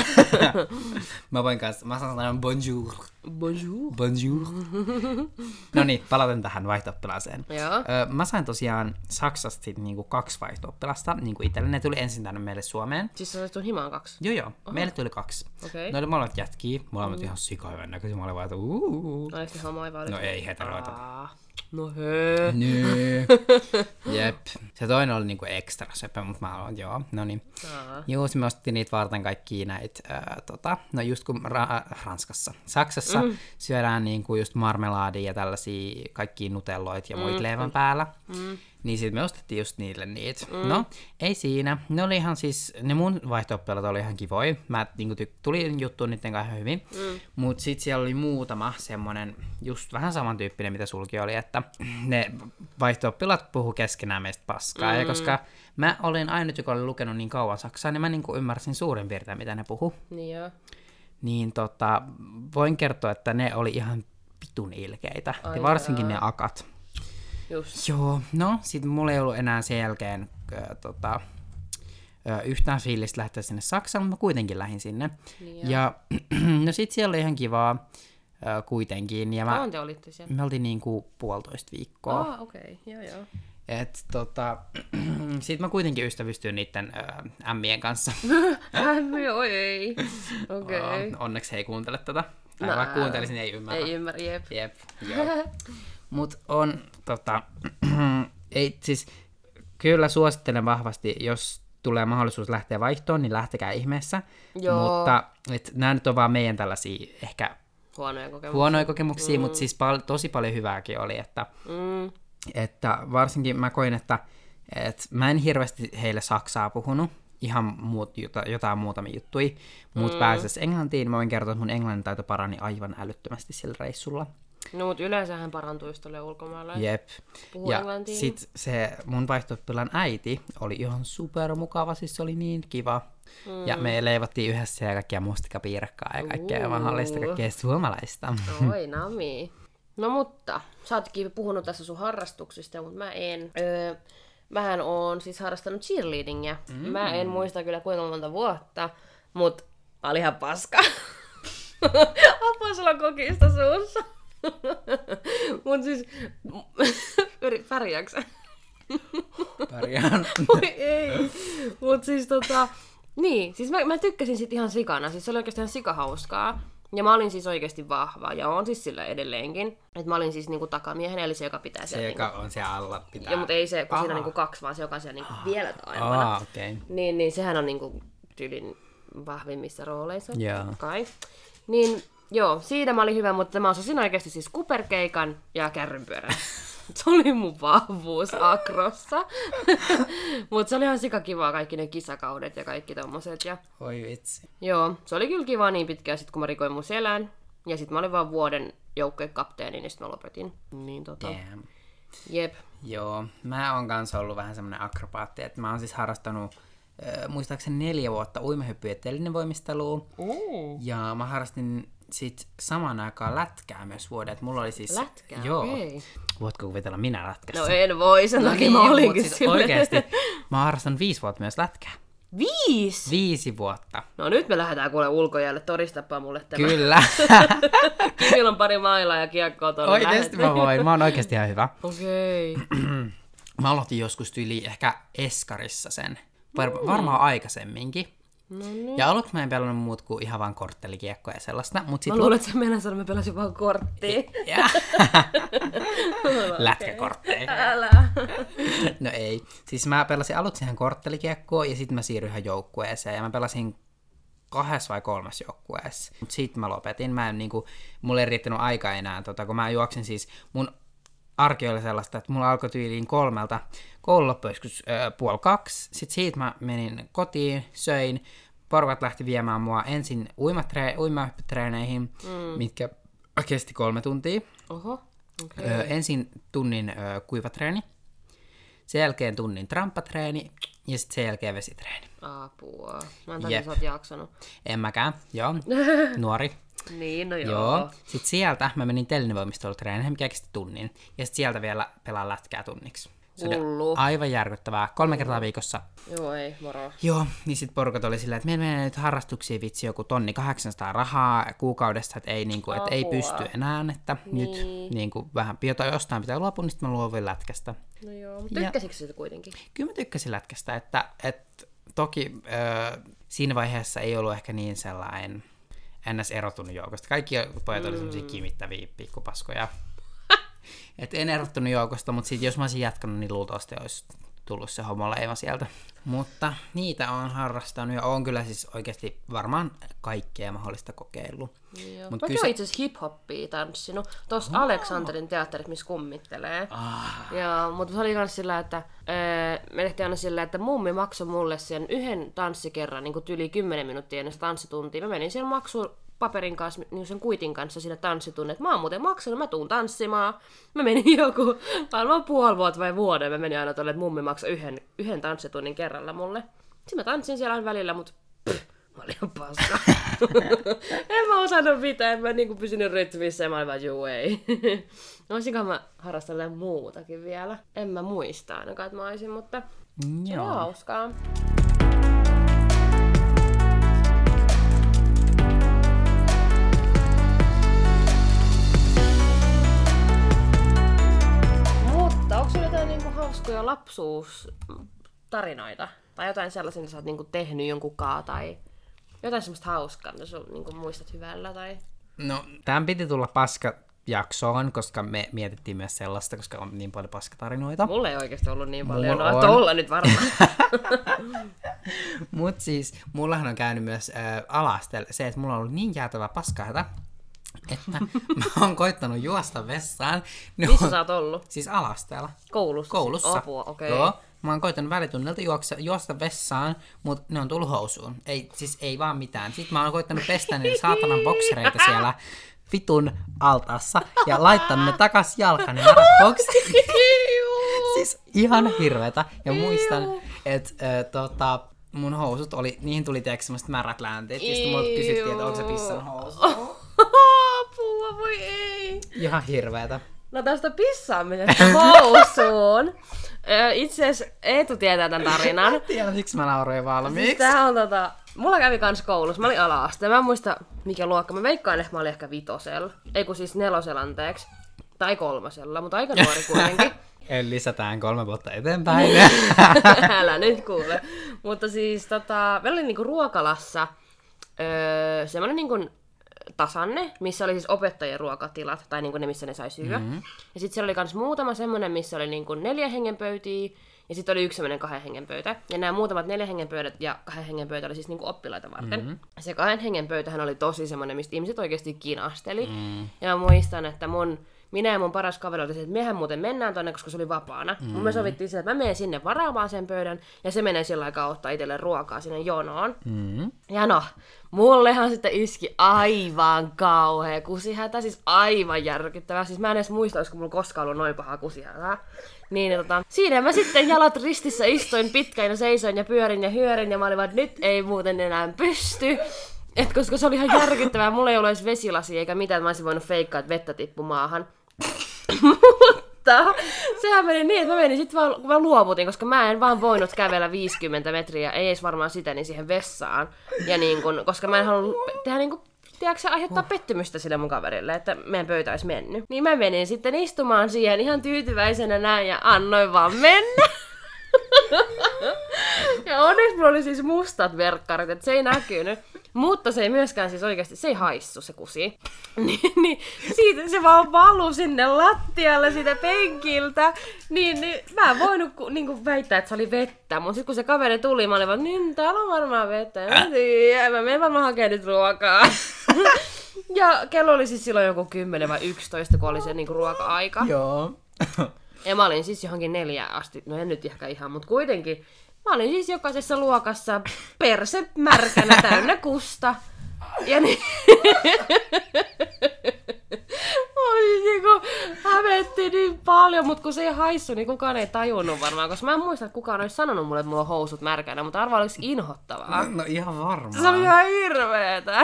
Mä sanon sanoa bonjour. Bonjour. Bonjour. No niin, palaten tähän vaihto-oppilaaseen. Joo. Mä sain tosiaan Saksasta niinku 2 vaihto-oppilasta niinku itselle. Ne tuli ensin tänne meille Suomeen. Siis sä sun himaan 2? Joo. Meille tuli 2. Okei. Ne oli molemmat jätkiä. Molemmat ihan sikahyvän näköisiä. Mä olin vaan, että Oliko ne homoja vai? No ei heteroita. No höö. Nö. Jep. Se toinen oli niinku ekstra söpö, mutta mä aloin, joo, no niin. Joo, me ostettiin niitä varten kaikkia näitä, no just kun Ranskassa. Saksassa syödään niinku just marmelaadia ja tällaisia kaikkia nutelloita ja muita leivän päällä. Niin sit me ostettiin just niille niitä. No, ei siinä. Ne oli ihan siis, ne mun vaihto-oppilaat oli ihan kivoja. Mä niinku tulin juttuun niiden kanssa hyvin. Mut sit siellä oli muutama semmonen, just vähän samantyyppinen mitä sulki oli, että ne vaihto-oppilaat puhu keskenään meistä paskaa. Ja koska mä olin ainut, joka oli lukenut niin kauan saksaa, niin mä niinku ymmärsin suurin piirtein, mitä ne puhu. Niin joo. Niin voin kertoa, että ne oli ihan pitun ilkeitä. Ja varsinkin ne akat. Just. Joo, no sit mulla ei ollut enää sen jälkeen yhtään fiilistä lähteä sinne Saksaan, mutta mä kuitenkin lähdin sinne. Niin ja no sit siellä oli ihan kivaa kuitenkin. Ja kauan te olitte siellä? Me oltiin niinku 1,5 viikkoa. Okei, joo. Et sit mä kuitenkin ystävystyin niitten ämmien kanssa. Ämmiä, oi ei. Okei. Onneksi he ei kuuntele tätä. Tai vaikka kuuntelisin, ei ymmärrä. Ei ymmärrä, jep. Joo. Mut on, ei siis, kyllä suosittelen vahvasti, jos tulee mahdollisuus lähteä vaihtoon, niin lähtekää ihmeessä. Joo. Mutta nämä nyt on vaan meidän tällaisia ehkä huonoja kokemuksia, mutta siis tosi paljon hyvääkin oli, että varsinkin mä koin, että mä en hirveästi heille saksaa puhunut, ihan jotain muutamia juttuja, mutta pääsessä englantiin, mä voin kertoa, että mun englannin taito parani aivan älyttömästi sillä reissulla. No, mutta yleensähän parantuu, jos tulee ulkomaalainen. Jep. Puhuu ja englantia. Sit se mun vaihto-oppilaan äiti oli ihan supermukava, siis se oli niin kiva. Ja me leivottiin yhdessä ja kaikkia mustikapiirakkaa ja kaikkea mahdollista, kaikkea suomalaista. Oi nami. No mutta, sä ootkin puhunut tässä sun harrastuksista, mutta mä en. Mähän oon siis harrastanut cheerleadingia. Mä en muista kyllä kuinka monta vuotta, mutta oli ihan paska. Apua, sulla on kokista suussa. Mut siis, pärjääksä? Pärjään. Oi ei. Mut siis niin, siis mä tykkäsin sit ihan sikana. Siis se oli oikeastaan sikahauskaa. Ja mä olin siis oikeasti vahva, ja oon siis sillä edelleenkin. Että mä olin siis niinku takamiehen, eli se, joka pitää siellä. Se, joka on siellä alla pitää. Joo, mutta ei se, kun siinä on niinku 2, vaan se, joka on siellä niinku vielä taivaana. Okay. Niin sehän on niinku tyylin vahvimmissa rooleissa. Joo. Kai. Niin, joo, siitä mä olin hyvä, mutta mä osasin oikeasti siis kuperkeikan ja kärrynpyörän. Se oli mun vahvuus akrossa. Mutta se oli ihan sikakivaa, kaikki ne kisakaudet ja kaikki tommoset. Ja oi vitsi. joo, se oli kyllä kivaa niin pitkään, sit kun mä rikoin mun selän. Ja sit mä olin vaan vuoden joukkueen kapteeni, niin sit mä lopetin. Niin Damn. Jep. Joo, mä oon kanssa ollut vähän semmonen akrobaatti, että mä oon siis harrastanut muistaakseni 4 vuotta uimahyppyä ja telinevoimistelua. Ja mä harrastin sit samaan aikaan lätkää myös vuoden. Et mulla oli siis... Lätkää? Joo. Okay. Voitko kuvitella minä lätkässä? No en voi, sen takia mä olinkin siis silleen. oikeesti. Mä harrastan 5 vuotta myös lätkää. 5? 5 vuotta. No nyt me lähdetään kuule ulkojäälle, todistapa mulle tämä. Kyllä. Kimillä on pari mailaa ja kiekkoa tuolla. Oikeesti mä voin. Mä oon oikeesti ihan hyvä. Okei. Mä aloitin joskus tyyli ehkä eskarissa sen. Varmaan aikaisemminkin. No niin. Ja aluksi mä en pelannut muut kuin ihan vaan korttelikiekkoja ja sellaista. Mut sit Mä luulen, että sä mennä sanoa, että mä pelasin vaan korttia. Lätkäkortteja. Älä. No ei. Siis mä pelasin aluksi ihan korttelikiekkoa ja sitten mä siirryin ihan joukkueeseen. Ja mä pelasin 2 vai 3 joukkueessa. Mut sit mä lopetin. Mulla ei riittänyt aikaa enää. Kun mä juoksin siis, mun arki oli sellaista, että mulla alkoi tyyliin 3. Koulu loppui joskus 1:30. Sitten siitä mä menin kotiin, söin. Porukat lähti viemään mua ensin uimahyppytreeneihin, mitkä kesti 3 tuntia. Oho, okei. Ensin tunnin kuivatreeni, sen jälkeen tunnin tramppatreeni ja sitten sen jälkeen vesitreeni. Apua. Mä en tiedä, sä oot jaksanut. En mäkään, joo. Nuori. Niin, no Joo. Sitten sieltä mä menin telinevoimistelutreeniin, mikä kesti tunnin. Ja sitten sieltä vielä pelaan lätkää tunniksi. Se oli aivan järkyttävää. 3 kertaa viikossa. Joo, ei, moro. Joo, niin sit porukat oli silleen, että meillä menee nyt harrastuksiin vitsi joku 1,800 rahaa kuukaudessa, että ei, niinku, et ei pysty enää, että nyt niinku, vähän jostain pitää luopua, niin sitten mä luovuin lätkästä. No joo, mutta tykkäsitkö siitä kuitenkin? Kyllä mä tykkäsin lätkästä, että toki siinä vaiheessa ei ollut ehkä niin sellainen ns. Erottunut joukosta. Kaikki pojat oli semmosia kimittäviä pikkupaskoja. Et en erottunut joukosta, mutta sit jos mä olisin jatkanut, niin luultavasti olisi tullut se homoleima sieltä. Mutta niitä on harrastanut ja on kyllä siis oikeasti varmaan kaikkea mahdollista kokeillut. Mä oon itse asiassa hip-hoppia tanssinut tuossa Aleksanterin teatterissa, missä kummittelee. Mutta se oli myös sillä, että me tehtiin aina sillä, että mummi maksoi mulle sen yhden tanssikerran niin yli 10 minuuttia ennen tanssituntia. Mä menin siellä paperin kanssa, niin sen kuitin kanssa sinne tanssitunne, että mä oon muuten maksanut, mä tuun tanssimaan. Mä menin joku, varmaan puoli vuotta vai vuoden, mä menin aina tuolle, että mummi maksoi yhden tanssitunnin kerralla mulle. Sitten mä tanssin siellä välillä, mutta mä olin ihan paska. En mä osannut mitään, en mä niinku pysynyt rytmissä ja mä olin vaan juu ei. Olisinkohan mä harrastanut muutakin vielä. En mä muista ainakaan, että mä olisin, mutta se on hauskaa. Onko sulla jotain niinku hauskoja lapsuustarinoita? Tai jotain sellaisia, mitä sä oot niinku tehnyt jonkunkaan? Tai jotain semmoista hauskaa, mitä sä niinku muistat hyvällä? Tai... No, tämän piti tulla paskajaksoon, koska me mietittiin myös sellaista, koska on niin paljon paskatarinoita. Mulla ei oikeasti ollut niin paljon. No, tuolla nyt varmaan. Mut siis, mullahan on käynyt myös ala-asteella se, että mulla on ollut niin jäätävä paskahätä, että mä oon koittanut juosta vessaan. Missä sä oot ollut? Siis ala-asteella. Koulussa? Apua, okei. Joo. Mä oon koittanut välitunnilta juosta vessaan, mutta ne on tullut housuun. Ei vaan mitään. Sitten mä oon koittanut pestä niitä saatanan boksereita siellä vitun altaassa ja laittanut ne takas jalkaan ne bokserit. Siis ihan hirveetä. Ja muistan, että mun housut oli, niihin tuli tiedätkö semmoiset märät läänteet. Ja sitten multa kysyttiin, että onko se pissan housu. Apua, voi ei. Ihan hirveetä. No tästä pissaamisesta housuun. Itse asiassa Eetu tietää tämän tarinan. Tiedän, siksi mä nauroin valmiiksi. Siis tää on mulla kävi kans koulussa, mä olin ala-aste. Mä en muista mikä luokka. Mä veikkaan, että mä olin ehkä 5. Ei kun siis 4, anteeksi. Tai 3, mutta aika nuori kuitenkin. Eli lisätään 3 vuotta eteenpäin. Älä nyt kuule. Mutta siis meillä oli niinku ruokalassa semmonen niinku tasanne, missä oli siis opettajien ruokatilat, tai niinku ne, missä ne sai syödä. Mm-hmm. Ja sitten siellä oli myös muutama semmoinen, missä oli niinku 4 hengen pöytiä, ja sitten oli 1 semmoinen 2 hengen pöytä. Ja nämä muutamat 4 hengen pöydät ja 2 hengen pöytä oli siis niinku oppilaita varten. Mm-hmm. Se 2 hengen pöytähän oli tosi semmoinen, mistä ihmiset oikeasti kinasteli. Mm-hmm. Ja mä muistan, että minä ja mun paras kaveri oli että mehän muuten mennään tonne, koska se oli vapaana. Me sovittiin sitä, että mä menen sinne varaamaan sen pöydän, ja se menee sillä aikaa ottaa itselle ruokaa sinne jonoon. Ja no, mullehan sitten iski aivan kauhea kusihätä, siis aivan järkyttävää. Siis mä en edes muista, olisiko mulla koskaan ollut noin pahaa kusihätää. Niin, siinä mä sitten jalat ristissä istuin pitkään ja seisoin ja pyörin ja hyörin, ja mä olin vaan, että nyt ei muuten enää pysty. Et koska se oli ihan järkyttävää, mulla ei ole edes vesilasi eikä mitään, mä olisin voinut feikkaa, että vettä tippu maahan. Mutta sehän meni niin, että mä menin sit vaan, kun mä luovutin, koska mä en vaan voinut kävellä 50 metriä, ei edes varmaan sitä, niin siihen vessaan. Ja niin kun, koska mä en halunnut tehdä niin kun, tiedätkö se aiheuttaa pettymystä sille mun kaverille, että meidän pöytä olisi mennyt. Niin mä menin sitten istumaan siihen ihan tyytyväisenä näin ja annoin vaan mennä. Ja onneksi mulla oli siis mustat verkkarit, että se ei näkynyt. Mutta se ei myöskään siis oikeasti, se ei haissu se kusi. Niin, siitä se vaan valui sinne lattialle siitä penkiltä. Niin mä en voinut niinku väittää, että se oli vettä. Mutta sitten kun se kaveri tuli, mä olin vaan, niin täällä on varmaan vettä. Mä menen varmaan hakemaan nyt ruokaa. Ja kello oli siis silloin joku 10 vai 11, kun oli se niinku ruoka-aika. Joo. Ja mä olin siis johonkin 4 asti, no en nyt ehkä ihan, mutta kuitenkin. Mä olin siis jokaisessa luokassa perse märkänä täynnä kusta. Ja niin... Mä olin niinku hävetti niin paljon, mutta kun se ei haissu, niin kukaan ei tajunnut varmaan. Koska mä en muista, että kukaan olisi sanonut mulle, että mulla on housut märkänä, mutta arvaa oliko inhottavaa. No ihan varmaan. Se oli ihan hirveetä.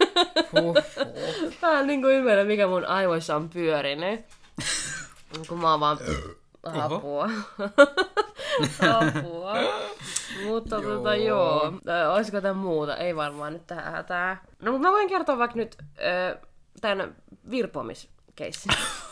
Mä en niinku ymmärrä, mikä mun aivoissa on pyörinyt. Kun mä oon vaan... Apua. Apua. Mutta joo. Olisiko tää muuta? Ei varmaan nyt tähän hätää. No mutta mä voin kertoa vaikka nyt tän virpomiskeissin.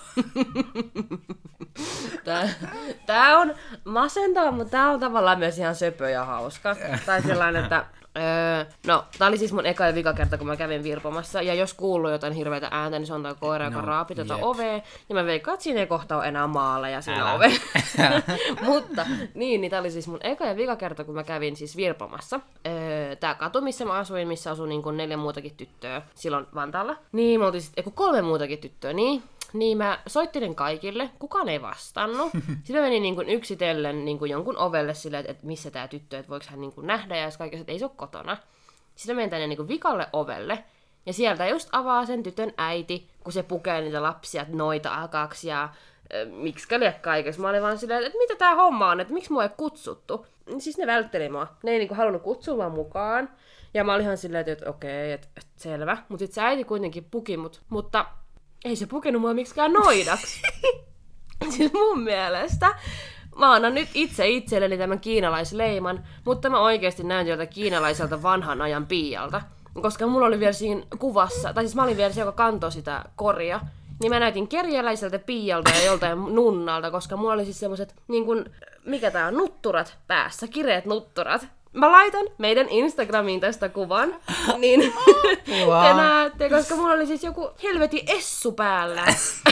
Tää on masentava, mutta tää on tavallaan myös ihan söpö ja hauska. Tai sellainen, että no, tää oli siis mun eka ja vika kerta, kun mä kävin virpomassa, ja jos kuuluu jotain hirveitä ääntä, niin se on tää koira, joka raapi tota ovea, ja mä veikkaan, että siinä ei kohta ole enää maaleja siinä ovea. Mutta, niin tää oli siis mun eka ja vika kerta, kun mä kävin siis virpomassa. Tää katu, missä mä asuin, missä asui niin kuin 4 muutakin tyttöä silloin Vantaalla. Niin, me oltiin sitten 3 muutakin tyttöä, niin mä soittelin kaikille, kukaan ei vastannut. Sitten mä menin niin kuin yksitellen niin kuin jonkun ovelle silleen, että missä tää tyttö, että voiko hän niin kuin nähdä, ja kaikki, että ei se ole kotona. Sitten mä menin tänne niin kuin vikalle ovelle, ja sieltä just avaa sen tytön äiti, kun se pukee niitä lapsia noita akaksi ja miksi liian kaikessa. Mä olin vaan silleen, että mitä tää homma on, että miksi mua ei kutsuttu. Siis ne vältteli mua. Ne ei niin kuin halunnut kutsua mua mukaan. Ja mä olin ihan silleen, että okei, että selvä. Mutta sitten se äiti kuitenkin puki mut. Mutta ei se pukenut mua miksikään noidaksi. Siis mun mielestä. Mä annan nyt itse itselleni tämän kiinalaisleiman, mutta mä oikeasti näen sieltä kiinalaiselta vanhan ajan piialta. Koska mulla oli vielä siinä kuvassa, tai siis mä olin vielä se, joka kantoi sitä koria, niin mä näytin kerjäläiseltä piialta ja joltain nunnalta, koska mulla oli siis semmoset, niin kun, mikä tää on, nutturat päässä, kireet nutturat. Mä laitan meidän Instagramiin tästä kuvan, niin te näette, koska mulla oli siis joku helvetin essu päällä.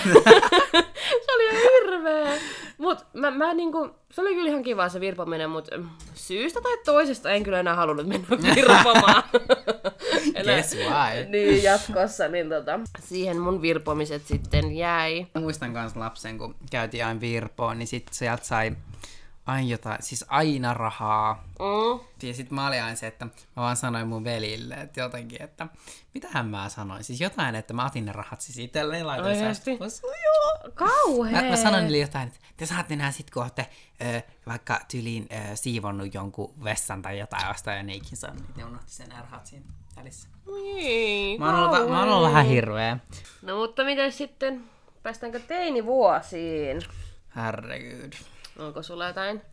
Se oli ihan hirveä. Mut mä niinku, se oli kyllä ihan kiva se virpominen, mut syystä tai toisesta en kyllä enää halunnut mennä virpomaan. Guess why? Niin, jatkossa, niin siihen mun virpomiset sitten jäi. Muistan kans lapsen, kun käytiin aina virpoon, niin sit sieltä sai aina jotain, siis aina rahaa. Ja sit mä olin aina se, että mä vaan sanoin mun velille, että jotenkin, että mitähän mä sanoin. Siis jotain, että mä otin ne rahat siis itselleen, laitoin säästöpossuun. Kauhea! Mä sanoin niille jotain, että te saatte nää sit, kun ootte vaikka tyliin siivonnut jonkun vessan tai jotain vastaan, ja ne ikin saanut, niin te unohti sen rahat siinä välissä. Niin, mä oon ollut vähän hirveä. No mutta miten sitten, päästäänkö teinivuosiin? Herregud. Onko sulla jotain?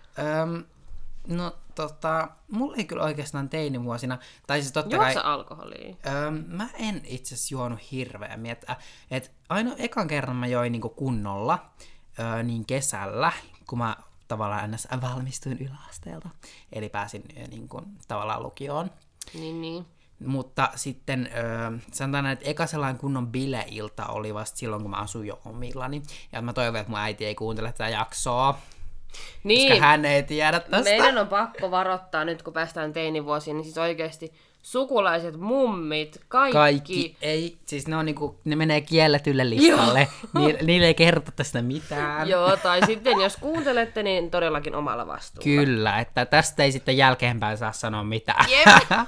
No mulla ei kyllä oikeastaan teinivuosina, tai siis totta Juotko kai... alkoholia? Mä en itse asiassa juonut hirveämmin, että ainoa ekan kerran mä join niinku kunnolla, niin kesällä, kun mä tavallaan ennäs valmistuin yläasteelta, eli pääsin niinku tavallaan lukioon. Niin. Mutta sitten sanotaan, että eka sellainen kunnon bileilta oli vasta silloin, kun mä asuin jo omillani. Ja mä toivon, että mun äiti ei kuuntele tätä jaksoa. Niin. Koska hän ei tiedä tästä. Meidän on pakko varoittaa nyt, kun päästään teinivuosiin, niin siis oikeesti sukulaiset, mummit, Kaikki ei, siis ne, on niinku, ne menee kielletylle listalle. Niille ei kerrota tästä mitään. Joo, tai sitten jos kuuntelette, niin todellakin omalla vastuulla. Kyllä, että tästä ei sitten jälkeenpäin saa sanoa mitään. Jep.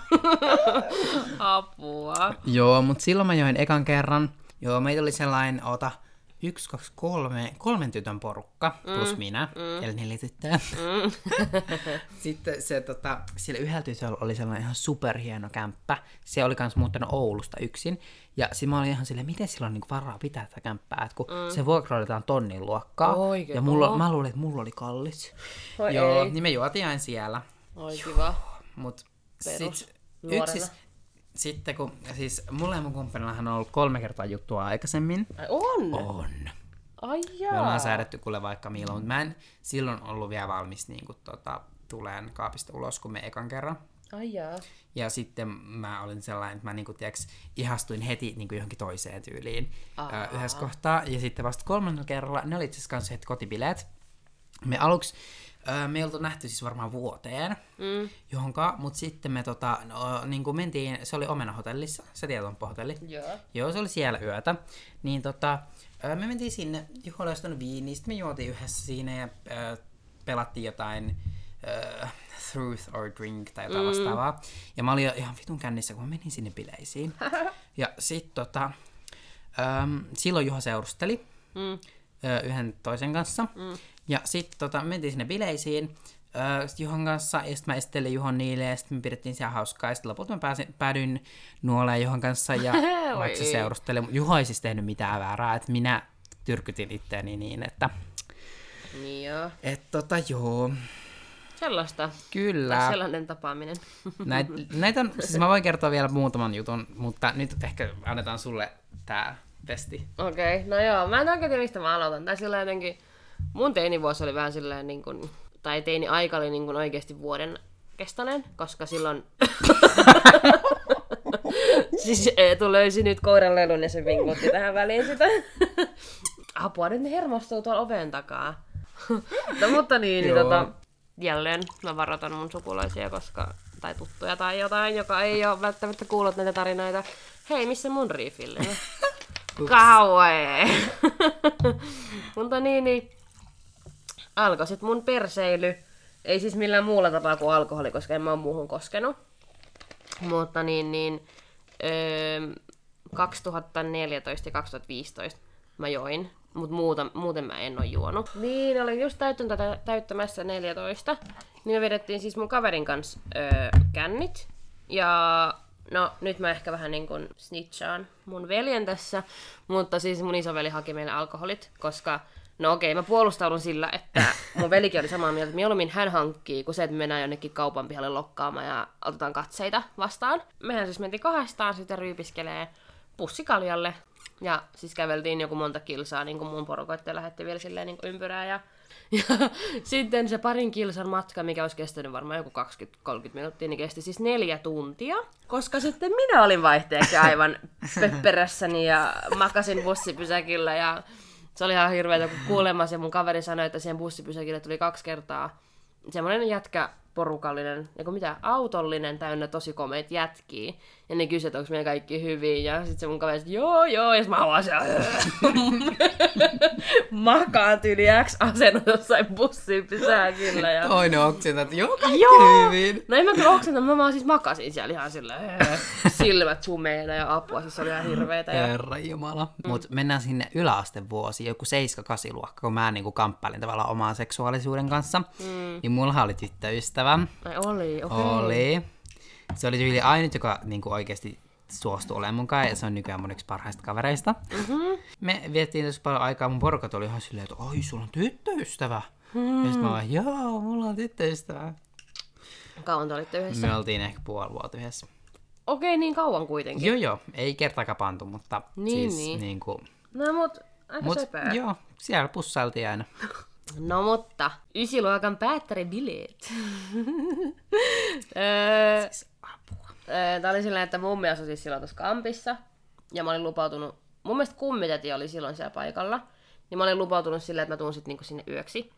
Apua. Joo, mutta silloin mä join ekan kerran. Joo, meitä oli sellainen, 1, 2, 3 tytön porukka, plus minä, eli 4 tyttöä. Sitten sillä yhdellä tytöllä oli sellainen ihan superhieno kämppä. Se oli kans muuttanut Oulusta yksin. Ja sitten mä olin ihan silleen, miten sillä on niinku varaa pitää tätä kämppää, että kun se vuokra oli jotain tonnin luokkaa. Oikein, ja mä luulin, että mulla oli kallis. Oi Joo, ei. niin me juotiin aina siellä. Oi kiva. Mut Perus. sitten kun, siis mulla ja mun kumppanillahan on ollut 3 kertaa juttua aikaisemmin. Ai on? On. Ai jaa. Me ollaan säädetty kuule vaikka milloin, mutta mä en silloin ollut vielä valmis niin kuin, tuleen kaapista ulos, kun me ekan kerran. Ai jaa. Ja sitten mä olin sellainen, että mä niin kuin, tiiäks, ihastuin heti niin kuin johonkin toiseen tyyliin yhdessä kohtaa. Ja sitten vasta 3. kerralla, ne oli itse asiassa kanssa heti kotibileet. Me aluksi, me ei oltu nähty siis varmaan vuoteen johonkaan, mutta sitten me niin kuin mentiin, se oli Omena-hotellissa, se Tietomppo-hotelli. Joo, se oli siellä yötä. Niin me mentiin sinne, Juho oli ostanut viiniä, sitten me juotiin yhdessä siinä ja pelattiin jotain Truth or Drink tai jotain vastaavaa. Ja mä olin ihan vitun kännissä, kun mä menin sinne bileisiin. Ja sit silloin Juho seurusteli yhden toisen kanssa. Ja sit mentiin sinne bileisiin Juhon kanssa, ja sit mä esittelin Juhon niille, ja sit me pidettiin siellä hauskaa, ja sit lopulta mä päädyin nuoleen Juhon kanssa, ja vaikka se seurusteli. Juho ei siis tehnyt mitään väärää, että minä tyrkytin itteeni niin, että... Niin joo. Joo. Sellaista. Kyllä. Tai sellainen tapaaminen. Näitä on, siis mä voin kertoa vielä muutaman jutun, mutta nyt ehkä annetaan sulle tää pesti. Okei, no joo, mä en oikein tiedä, mistä mä aloitan. Tai sillä jotenkin, mun teinivuosi oli vähän silleen niin kuin, tai teini-aika oli niin kuin oikeasti vuoden kestäinen, koska silloin... siis Eetu löysi nyt koiran lelun ja se vinkutti tähän väliin sitä. Apua, nyt ne hermostuu tuolla oven takaa. No mutta niin jälleen mä varoitan mun sukulaisia, tai tuttuja tai jotain, joka ei ole välttämättä kuullut näitä tarinoita. Hei, missä mun reefillinen? Kauee! Mutta niin, alkoi sit mun perseily. Ei siis millään muulla tapaa kuin alkoholi, koska en mä oo muuhun koskenut. Mutta 2014 ja 2015 mä join. Mutta muuten mä en oo juonut. Niin, olin just täyttämässä 14. Niin me vedettiin siis mun kaverin kanssa kännit. Ja no, nyt mä ehkä vähän niin kuin snitchaan mun veljen tässä. Mutta siis mun isoveli haki meille alkoholit, koska... No okei, mä puolustaudun sillä, että mun velikin oli samaa mieltä, että mieluummin hän hankkii, kuin se, että me mennään jonnekin kaupan pihalle lokkaamaan ja otetaan katseita vastaan. Mehän siis mentiin 2 sitten ryypiskelee pussikaljalle. Ja siis käveltiin joku monta kilsaa niin kuin mun porukoitte ja lähdettiin vielä silleen niin kuin ympyrää. Ja sitten se parin kilsan matka, mikä olisi kestänyt varmaan joku 20-30 minuuttia, niin kesti siis 4 tuntia. Koska sitten minä olin vaihteeksi aivan pöpperässäni ja makasin bussipysäkillä ja... Se oli ihan hirveetä, kun kuulemma se mun kaveri sanoi, että siihen bussipysäkille tuli 2 kertaa semmoinen jätkä porukallinen, autollinen täynnä tosi komeita jätkiä. Ja ne kysyivät, onko meidän kaikki hyvin. Ja sitten se mun kaveri sanoi, joo, ja sitten mä avaan makaan tyyli X-asennut jossain bussipysäkillä. Ja... Toinen oksenta, että joo, kaikki hyvin. No en mä kyllä oksenta, mä siis makasin siellä ihan sillä silmät sumeina ja apua, siis se oli ihan hirveetä. Herranjumala. Mut mennään sinne yläastevuosiin, joku 7-8 luokka, kun mä niinku kamppailin tavallaan oman seksuaalisuuden kanssa. Niin mulla oli tyttöystävä. Ai oli, okei. Oli. Se oli tyyli ainut, joka niinku oikeasti suostui olemaan munkaan, ja se on nykyään mun yksi parhaista kavereista. Me viettiin tosi paljon aikaa, mun porukat oli ihan silleen, että oi, sulla on tyttöystävä. Ja sit mä vaan, joo, mulla on tyttöystävä. Kauan te olitte yhdessä? Me oltiin ehkä puoli vuotta yhdessä. Okei, niin kauan kuitenkin. Joo, ei kertaakaan pantu, mutta siis niinku... No mut, aika söpöä. Joo, siellä pussailtiin aina. No mutta, 9-luokan päättäribileet. Siis apua. Tää oli silleen, että mummi asui siis silloin tuossa kampissa. Ja mä olin lupautunut, mun mielestä kummitäti oli silloin siellä paikalla. Niin mä olin lupautunut silleen, että mä tuun sit niinku sinne yöksi.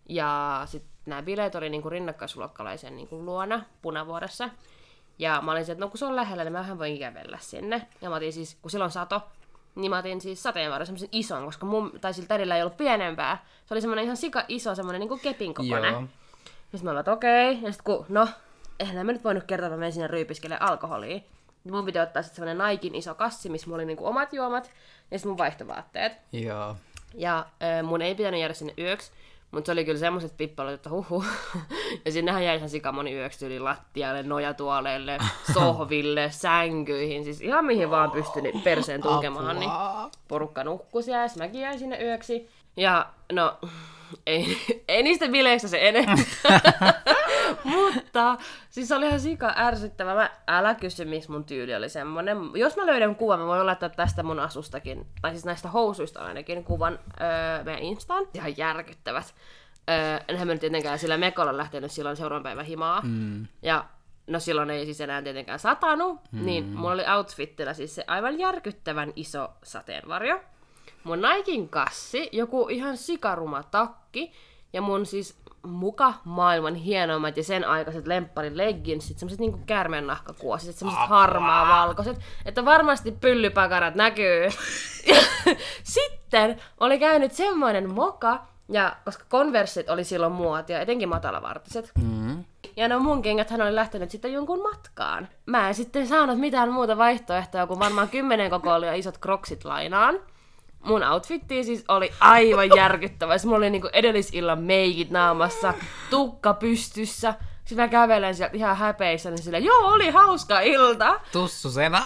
Ja sitten nämä bileet oli niinku rinnakkaisluokkalaisen niinku luona Punavuoressa. Ja mä olin sieltä, että no kun se on lähellä, niin mä vähän voin kävellä sinne. Ja mä otin siis, kun silloin sato, niin mä otin siis sateenvarjon semmoisen ison, koska tai sillä tädillä ei ollut pienempää. Se oli semmoinen ihan sika iso, semmoinen niinku kepin kokoinen. Ja sitten mä olin, että okei. Ja sitten kun, no, eihän mä nyt voinut kertoa, että mä menin sinne ryypiskelle alkoholia. Mun piti ottaa sitten semmoinen Naikin iso kassi, missä mulla oli niinku omat juomat ja sitten mun vaihtovaatteet. Joo. Ja mun ei pitänyt jäädä sinne yöksi, mutta se oli kyllä semmoiset pippalot, että huhu. Ja sinnehän jäi ihan sikamoni yöksi yli lattialle, nojatuoleille, sohville, sänkyihin. Siis ihan mihin vaan pystyi perseen tunkemaan, niin porukka nukkui siellä. Mäkin jäin sinne yöksi. Ja no, ei niistä bileistä se enemmän. Mutta siis se oli ihan sika ärsyttävä. Älä kysy, miksi mun tyyli oli semmonen. Jos mä löydän kuvan, mä voin laittaa tästä mun asustakin, tai siis näistä housuista ainakin, kuvan meidän Instaan. Ihan järkyttävät. Enhän mä nyt tietenkään sillä mekolla lähtenyt silloin seuraavan päivän himaa. Ja no silloin ei siis enää tietenkään satanut, niin mulla oli outfittillä siis se aivan järkyttävän iso sateenvarjo. Mun Naikin kassi, joku ihan sikaruma takki, ja mun siis muka maailman hienoimmat ja sen aikaiset lempparin leggingsit, semmoset niinku käärmeen nahkakuosiset, semmoset harmaa valkoiset, että varmasti pyllypakarat näkyy. Ja sitten oli käynyt semmoinen moka, ja koska Converset oli silloin muotia, etenkin matalavartiset. Ja no mun kengäthän oli lähtenyt sitten jonkun matkaan. Mä en sitten saanut mitään muuta vaihtoehtoa, kun varmaan 10 koko oli isot kroksit lainaan. Mun outfitti siis oli aivan järkyttävä. Mulla oli niinku edellisillan meikit naamassa, tukka pystyssä. Sitten mä kävelen sieltä ihan häpeissä, niin silleen, joo, oli hauska ilta. Tussusena.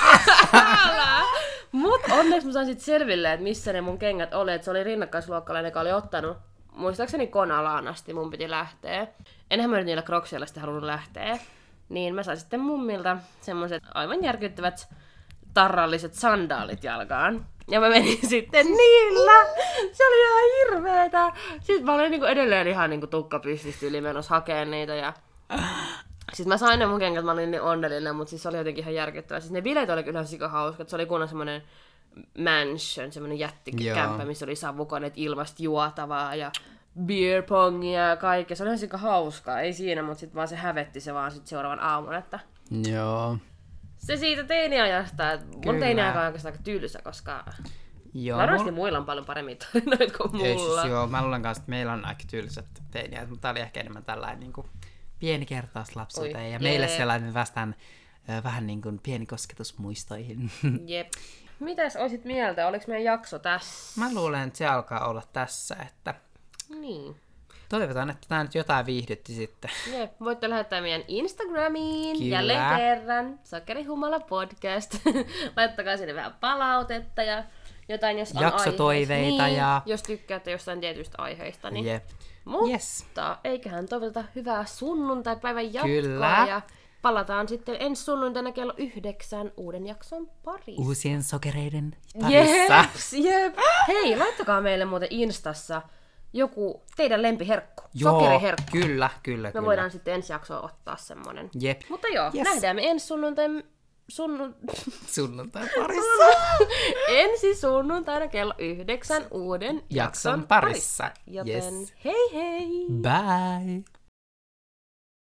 Mut onneksi mä sain sit selville, että missä ne mun kengät oli. Et se oli rinnakkaisluokkalainen, joka oli ottanut, muistaakseni Konalaan asti mun piti lähteä. Enhän mä nyt niillä krokseilla sitten halunnut lähteä. Niin mä sain sitten mummilta semmoset aivan järkyttävät tarralliset sandaalit jalkaan. Ja mä menin sitten niillä. Se oli ihan hirveetä. Sitten mä olin niinku edelleen ihan niinku tukka pystysti yli menossa hakeen niitä. Ja sitten mä sain ne mun kengät, mä olin niin onnellinen, mutta siis se oli jotenkin ihan järkyttävää. Siis ne bileet oli kyllä sika hauska. Se oli kunnon semmonen mansion, semmonen jättikämppä, missä oli savukoneet, ilmasta juotavaa ja beer pongia ja kaikkea. Se oli ihan sika hauskaa. Ei siinä, mutta sitten vaan se hävetti se vaan sit seuraavan aamun, että Joo. se siitä teiniajasta, että mun teiniaika on oikeastaan aika tylsä, koska varmasti muilla on paljon paremmin tarinoita kuin mulla. Ei siis joo, mä luulen kanssa, että meillä on aika tylsät teiniajat, mutta tää oli ehkä enemmän tällainen niin kuin pieni kertaus lapsuuteen. Ja meille sellainen vähän niin kuin pieni kosketus muistoihin. Jep. Mitäs olisit mieltä? Oliko meidän jakso tässä? Mä luulen, että se alkaa olla tässä, että niin. Toivotaan, että tää nyt jotain viihdytti sitten. Jep, voitte lähettää meidän Instagramiin Kyllä. jälleen kerran. Sokerihumala podcast. Laittakaa sinne vähän palautetta ja jotain, jos on jaksotoiveita niin, ja jos tykkäätte jostain tietystä aiheista. Niin. Jep. Mutta eiköhän toivoteta hyvää sunnuntai-päivän jatkoa. Kyllä. Ja palataan sitten ensi sunnuntaina kello 9 uuden jakson parissa. Uusien sokereiden parissa. Jep. Hei, laittakaa meille muuten Instassa joku teidän lempiherkku, Joo, sokeriherkku. Kyllä. Me voidaan sitten ensi jaksoa ottaa semmonen. Jep. Mutta joo, nähdään me ensi sunnuntai parissa. ensi sunnuntaina kello 9 uuden jakson parissa. Joten Yes. hei hei! Bye!